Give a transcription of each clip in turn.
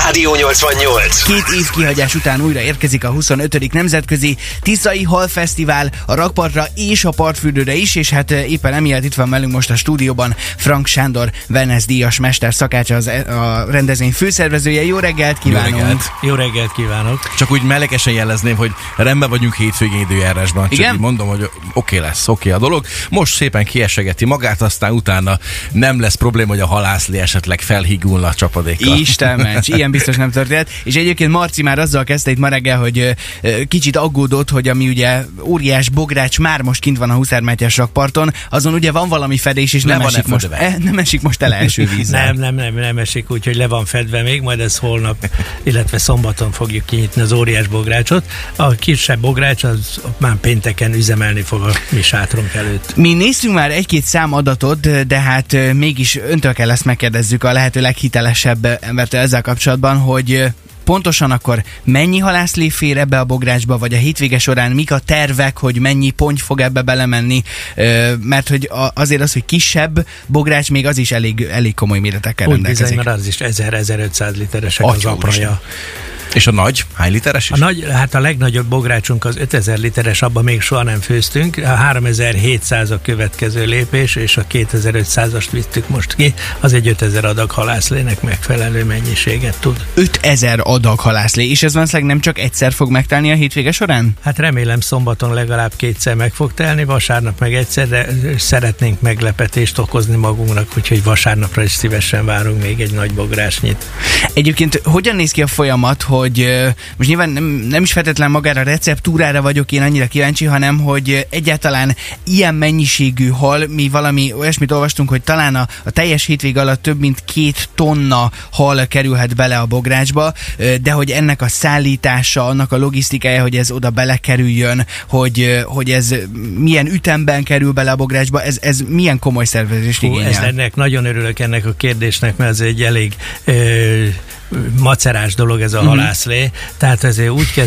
Rádió 88. 2 év kihagyás után újra érkezik a 25. Nemzetközi Tiszai Halfesztivál a rakpartra és a partfürdőre is, és hát éppen emiatt itt van velünk most a stúdióban Frank Sándor, wellness-díjas mester szakács, a rendezvény főszervezője. Jó reggelt kívánunk! Jó reggelt kívánok! Csak úgy mellékesen jelezném, hogy rendben vagyunk hétfői időjárásban. Csak igen? Így mondom, hogy oké a dolog. Most szépen kiesegeti magát, aztán utána nem lesz probléma, hogy a halászlé esetleg felhígulna a csapadékkal. Isten ments, ilyen biztos nem történt. És egyébként Marci már azzal kezdte itt ma reggel, hogy kicsit aggódott, hogy ami ugye óriás bogrács már most kint van a Huszár-Mátyás rakparton, azon ugye van valami fedés, és nem esik most el első vízzel. Nem esik, úgyhogy le van fedve még, majd ez holnap, illetve szombaton fogjuk kinyitni az óriás bográcsot. A kisebb bogrács az már pénteken üzemelni fog a mi sátrunk előtt. Mi néztünk már egy-két számadatot, de hát mégis öntől kell ezt megkérdezzük a lehető leghitelesebb embertől ezzel kapcsolatban, hogy pontosan akkor mennyi halászlé fér ebbe a bográcsba, vagy a hétvége során mik a tervek, hogy mennyi ponty fog ebbe belemenni, mert hogy azért az, hogy kisebb bogrács, még az is elég komoly méretekkel rendelkezik. Úgy bizony, mert az is 1000-1500 literesek az apraja. És a nagy? Hány literes is? Hát a legnagyobb bográcsunk az 5000 literes, abban még soha nem főztünk. A 3700 a következő lépés, és a 2500-ast vittük most ki. Az egy 5000 adag halászlének megfelelő mennyiséget tud. 5000 adag halászlé, és ez valószínűleg nem csak egyszer fog megtelni a hétvége során? Hát remélem szombaton legalább 2-szer meg fog telni, vasárnap meg egyszer, de szeretnénk meglepetést okozni magunknak, úgyhogy vasárnapra is szívesen várunk még egy nagy bográcsnyit. Egyébként hogyan néz ki a folyamat, hogy most nyilván nem is feltétlenül magára a receptúrára vagyok én annyira kíváncsi, hanem hogy egyáltalán ilyen mennyiségű hal, mi valami olyasmit olvastunk, hogy talán a teljes hétvége alatt több mint 2 tonna hal kerülhet bele a bográcsba, de hogy ennek a szállítása, annak a logisztikája, hogy ez oda belekerüljön, hogy ez milyen ütemben kerül bele a bográcsba, ez milyen komoly szervezést igényel? Ennek nagyon örülök ennek a kérdésnek, mert ez egy elég macerás dolog ez a halászlé, tehát ez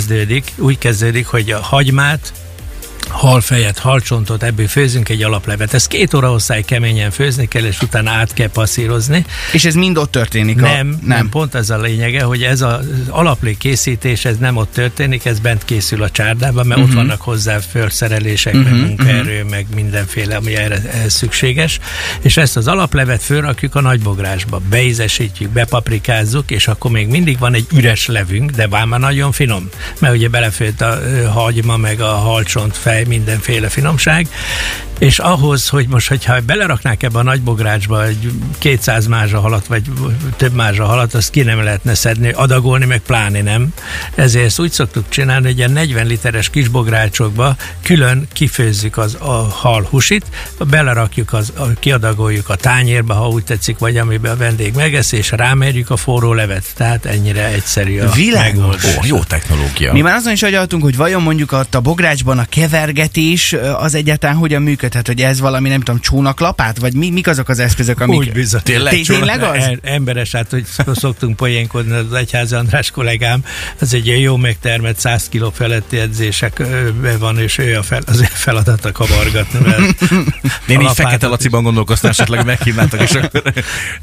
úgy kezdődik, hogy a hagymát, halfejet, halcsontot, ebből főzünk egy alaplevet. Ezt 2 óra hosszáig keményen főzni kell, és utána át kell passzírozni. És ez mind ott történik? Nem, pont ez a lényege, hogy ez az alaplé készítés, ez nem ott történik, ez bent készül a csárdában, mert ott vannak hozzá felszerelések, meg munkaerő, meg mindenféle, ami ehhez szükséges. És ezt az alaplevet fölrakjuk a nagybográcsba, beízesítjük, bepaprikázzuk, és akkor még mindig van egy üres levünk, de már nagyon finom, mert ugye belefőtt a hagyma, meg a halcsont, mindenféle finomság, és ahhoz, hogy most, hogyha beleraknák ebbe a nagy bográcsba egy 200 mázsa halat, vagy több mázsa halat, azt ki nem lehetne szedni, adagolni, meg pláne nem. Ezért ezt úgy szoktuk csinálni, hogy a 40 literes kis bográcsokba külön kifőzzük a halhusit, belerakjuk, kiadagoljuk a tányérba, ha úgy tetszik, vagy amiben a vendég megeszi, és rámerjük a forró levet. Tehát ennyire egyszerű a megoldás. Jó technológia. Mi már azon is agyaltunk, hogy vajon mondjuk a bográcsban a kevergetés az egyáltalán hogyan működhet, hogy ez valami, nem tudom, csónaklapát, vagy mik azok az eszközök, amik... Úgy bizony. Tényleg az? Emberes, hát, hogy szoktunk poénkodni, az Egyházi András kollégám, az egy jó megtermett 100 kiló feletti edzésekben van, és ő az feladata kavargatni, mert én így Fekete Laciban gondolkoztam, esetleg meghívnátok, és akkor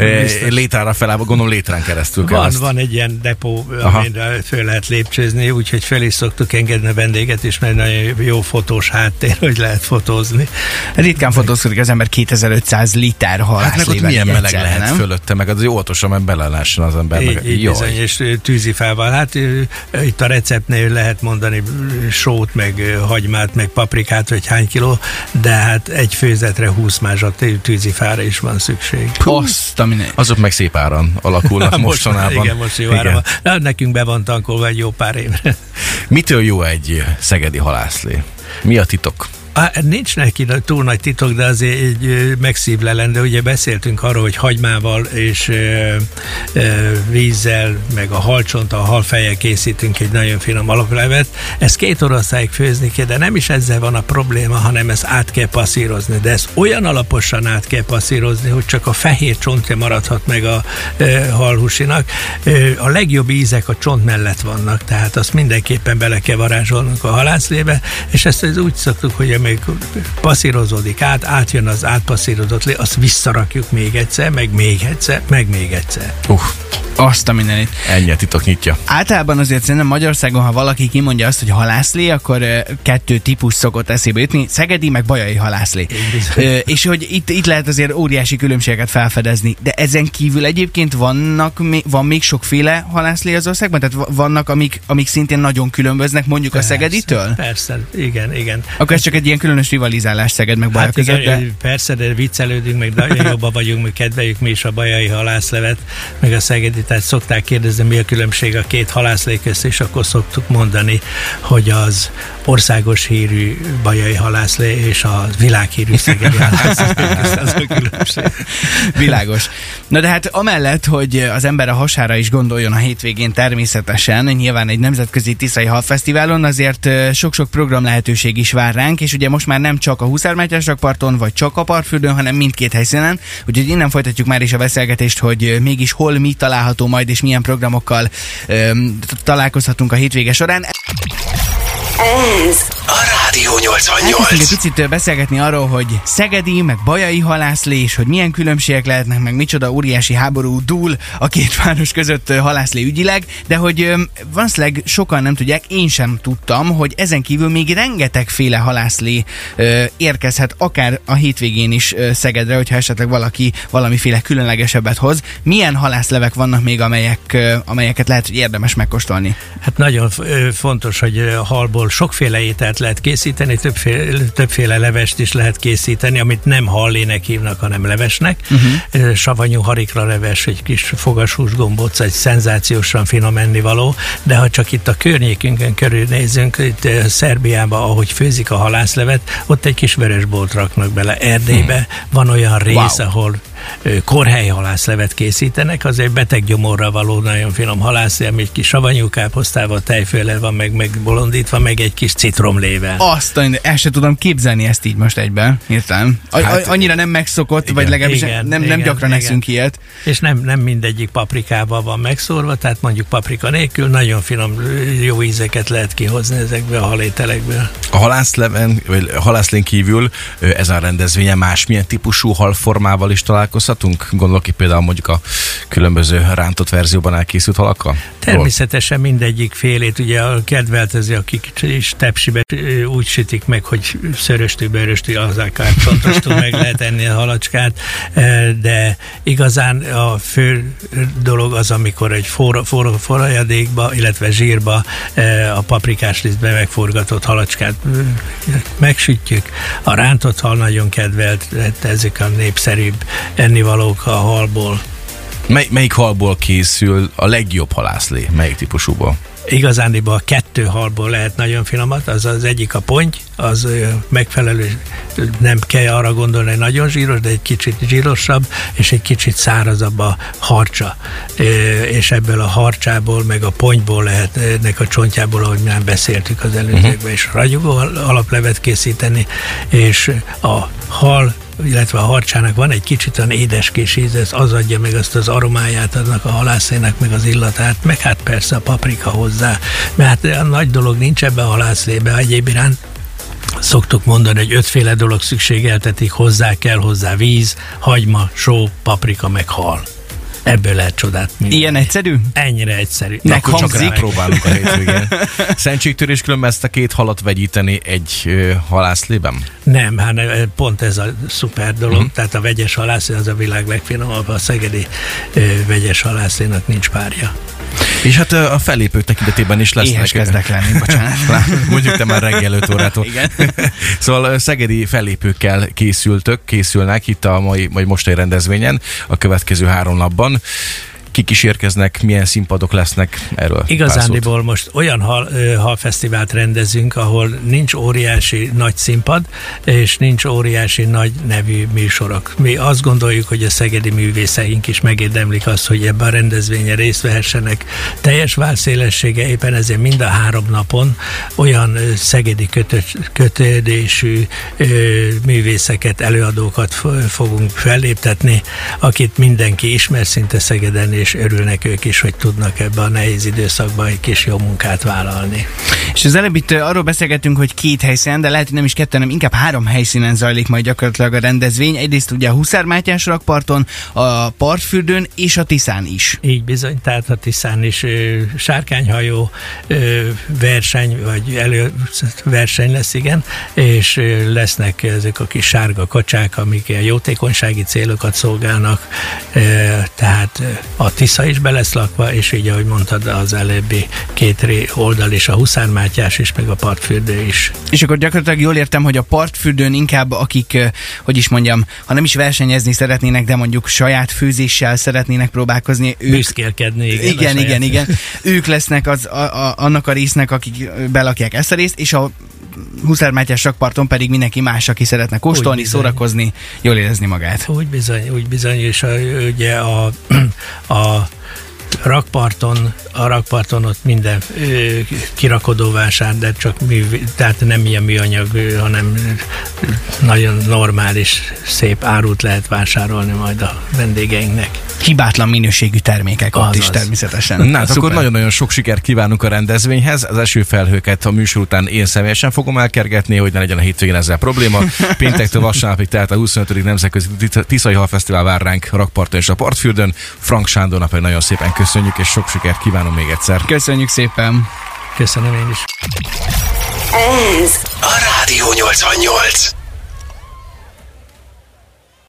létrára felállva, gondolom létrán keresztül kell. Van egy ilyen depó, amire föl lehet lépcsőzni, úgyhogy fel is szoktuk engedni a vendéget is, mert nagyon jó fotós háttér, hogy lehet fotózni. Ritkán fotózkodik az ember 2500 liter halászlével. Hát meg ott milyen meleg lehet fölötte, meg az jó óvatosan, mert belelásson az ember. Így bizony, és tűzifával. Hát itt a receptnél lehet mondani sót, meg hagymát, meg paprikát, vagy hány kiló, de hát egy főzetre 20 mázsa tűzifára is van szükség. Azok meg szép áron alakulnak mostanában. Igen, most jó áron van. Nekünk be van tankolva egy jó pár évre. Mitől jó egy szegedi halászlé? Mi a titok? Nincs neki túl nagy titok, de azért egy megszívlelendő. Ugye beszéltünk arról, hogy hagymával és vízzel, meg a halcsont, a halfejjel készítünk egy nagyon finom alaplevet. Ezt 2 óráig főzni kell, de nem is ezzel van a probléma, hanem ezt át kell passzírozni. De ezt olyan alaposan át kell passzírozni, hogy csak a fehér csontja maradhat meg a halhúsinak. A legjobb ízek a csont mellett vannak, tehát azt mindenképpen bele kell varázsolnunk a halászlébe, és ezt úgy szoktuk, hogy meg passzírozódik átjön az átpasszírozott lé, azt visszarakjuk még egyszer, meg még egyszer, meg még egyszer. Azt a mindenit. Ennyi a titok nyitja. Általában azért szerintem Magyarországon, ha valaki kimondja azt, hogy halászlé, akkor 2 típus szokott eszébe jutni, szegedi meg bajai halászlé. És hogy itt lehet azért óriási különbségeket felfedezni, de ezen kívül egyébként van még sokféle halászlé az országban? Tehát vannak, amik szintén nagyon különböznek mondjuk a szegeditől? Persze, igen. Akkor ez csak egy ilyen különös rivalizálás Szeged meg Baja között, de... Persze, de viccelődünk, meg nagyon jobban vagyunk, mi kedveljük mi is a bajai halászlevet, meg a szegedi, tehát szokták kérdezni, mi a különbség a 2 halászlé közt, és akkor szoktuk mondani, hogy az országos hírű bajai halászlé és a világhírű szegedi halászlé közt az a különbség. Világos. Na de hát amellett, hogy az ember a hasára is gondoljon a hétvégén természetesen, nyilván egy nemzetközi Tiszai Halfesztiválon, azért sok-sok program lehetőség is vár ránk, és ugye most már nem csak a Huszármátyásrakparton, vagy csak a Parkfürdőn, hanem mindkét helyszínen, úgyhogy innen folytatjuk már is a beszélgetést, hogy mégis hol mi található majd, és milyen programokkal találkozhatunk a hétvége során. Ez a Rádió 88. Elkezdünk egy picit beszélgetni arról, hogy szegedi, meg bajai halászlé, és hogy milyen különbségek lehetnek, meg micsoda óriási háború dúl a 2 város között halászlé ügyileg, de hogy valószínűleg sokan nem tudják, én sem tudtam, hogy ezen kívül még rengetegféle halászlé érkezhet, akár a hétvégén is Szegedre, hogyha esetleg valaki valamiféle különlegesebbet hoz. Milyen halászlevek vannak még, amelyeket lehet, hogy érdemes megkóstolni? Hát nagyon fontos, hogy halból sokféle ételt lehet készíteni, többféle levest is lehet készíteni, amit nem hallének hívnak, hanem levesnek. Savanyú harikra leves, egy kis fogashús gombóc, egy szenzációsan finom ennivaló, de ha csak itt a környékünkön körülnézünk, itt Szerbiában, ahogy főzik a halászlevet, ott egy kis vörösbolt raknak bele. Erdélybe van olyan rész, ahol korhely halászlevet készítenek, azért beteg gyomorra való nagyon finom halászlé, ami egy kis savanyú káposztával, tejfővel van meg bolondítva, meg egy kis citromlével. El sem tudom képzelni ezt így most egyben, hirtelen. Annyira nem megszokott, igen, vagy legalábbis nem gyakran eszünk ilyet. És nem mindegyik paprikával van megszórva, tehát mondjuk paprika nélkül nagyon finom, jó ízeket lehet kihozni ezekből a halételekből. A halászleven, vagy halászlén kívül ezen a rendezvényen másmilyen típusú halformával is találkozhatunk? Gondolok itt például mondjuk a különböző rántott verzióban elkészült halakkal? Természetesen mindegyik félét, ugye a kedveltező, akik is tepsibe úgy sütik meg, hogy szöröstű, bőröstű, az akár csontostól meg lehet enni a halacskát, de igazán a fő dolog az, amikor egy forró forrajadékba, illetve zsírba a paprikás lisztbe megforgatott halacskát megsütjük. A rántott hal nagyon kedvelt, ezek a népszerűbb ennivalók a halból. Melyik halból készül a legjobb halászlé? Melyik típusúból? Igazándiból 2 halból lehet nagyon finomat, az egyik a ponty, az megfelelő, nem kell arra gondolni, hogy nagyon zsíros, de egy kicsit zsírosabb, és egy kicsit szárazabb a harcsa. És ebből a harcsából, meg a pontyból lehet, ennek a csontjából, ahogy már beszéltük az előzőkben, és ragyogó alaplevet készíteni, és a hal, illetve a harcsának van egy kicsit olyan édeskés íze, az adja meg azt az aromáját annak a halászlének, meg az illatát, meg hát persze a paprika hozzá, mert hát a nagy dolog nincs ebbe a halászlébe, egyéb iránt szoktuk mondani, hogy 5 féle dolog szükségeltetik, kell hozzá víz, hagyma, só, paprika, meg hal. Ebből lehet csodát minden. Ilyen egyszerű? Ennyire egyszerű. Akkor csak rápróbálunk a hétvégén. Szentségtörés különben ezt a 2 halat vegyíteni egy halászlében? Nem, hát pont ez a szuper dolog. Tehát a vegyes halászlé az a világ legfinomabb, a szegedi vegyes halászlénak nincs párja. És hát a fellépők tekintetében is lesznek. Éhes kezdek lenni, bocsánat. Mondjuk te már reggel 5 órától. Igen. Szóval szegedi fellépőkkel készülnek itt a mostani rendezvényen a következő 3 napban. Kik is érkeznek, milyen színpadok lesznek erről? Igazándiból most olyan halfesztivált rendezünk, ahol nincs óriási nagy színpad, és nincs óriási nagy nevű műsorok. Mi azt gondoljuk, hogy a szegedi művészeink is megérdemlik azt, hogy ebben a rendezvényen részt vehessenek. Teljes válszélessége, éppen ezért mind a 3 napon olyan szegedi kötődésű művészeket, előadókat fogunk felléptetni, akit mindenki ismer szinte Szegeden, és és örülnek ők is, hogy tudnak ebbe a nehéz időszakban egy kis jó munkát vállalni. És az előbb itt arról beszélgettünk, hogy 2 helyszínen, de lehet, hogy nem is 2, hanem inkább 3 helyszínen zajlik majd gyakorlatilag a rendezvény. Egyrészt ugye a Huszár Mátyás rakparton, a Partfürdőn és a Tiszán is. Így bizony, tehát a Tiszán is sárkányhajó verseny, vagy verseny lesz, igen, és lesznek ezek a kis sárga kacsák, amik a jótékonysági célokat szolgálnak, tehát a Tisza is be lesz lakva, és így, ahogy mondtad, az előbbi 2 oldal is, a Huszár Mátyás is, meg a Partfürdő is. És akkor gyakorlatilag jól értem, hogy a Partfürdőn inkább akik, hogy is mondjam, ha nem is versenyezni szeretnének, de mondjuk saját főzéssel szeretnének próbálkozni. Büszkélkedni, igen. Ők lesznek annak a résznek, akik belakják ezt a részt, és a Huszár Mátyás rakparton pedig mindenki más, aki szeretne kóstolni, szórakozni, jól érezni magát. Úgy bizony, és ugye a rakparton ott minden kirakodóvásár, de csak tehát nem ilyen műanyag, hanem nagyon normális, szép árut lehet vásárolni majd a vendégeinknek. Hibátlan minőségű termékek ott is természetesen. Na, akkor nagyon-nagyon sok sikert kívánunk a rendezvényhez. Az esőfelhőket a műsor után én személyesen fogom elkergetni, hogy ne legyen a hétvégén ezzel probléma. Péntektől vasárnapig tehát a 25. Nemzetközi Tiszai Halfesztivál vár ránk a rakparton és a Partfürdőn. Frank Sándornak pedig nagyon szépen köszönjük, és sok sikert kívánom még egyszer. Köszönjük szépen. Köszönöm én is. Ez a Rádió 88.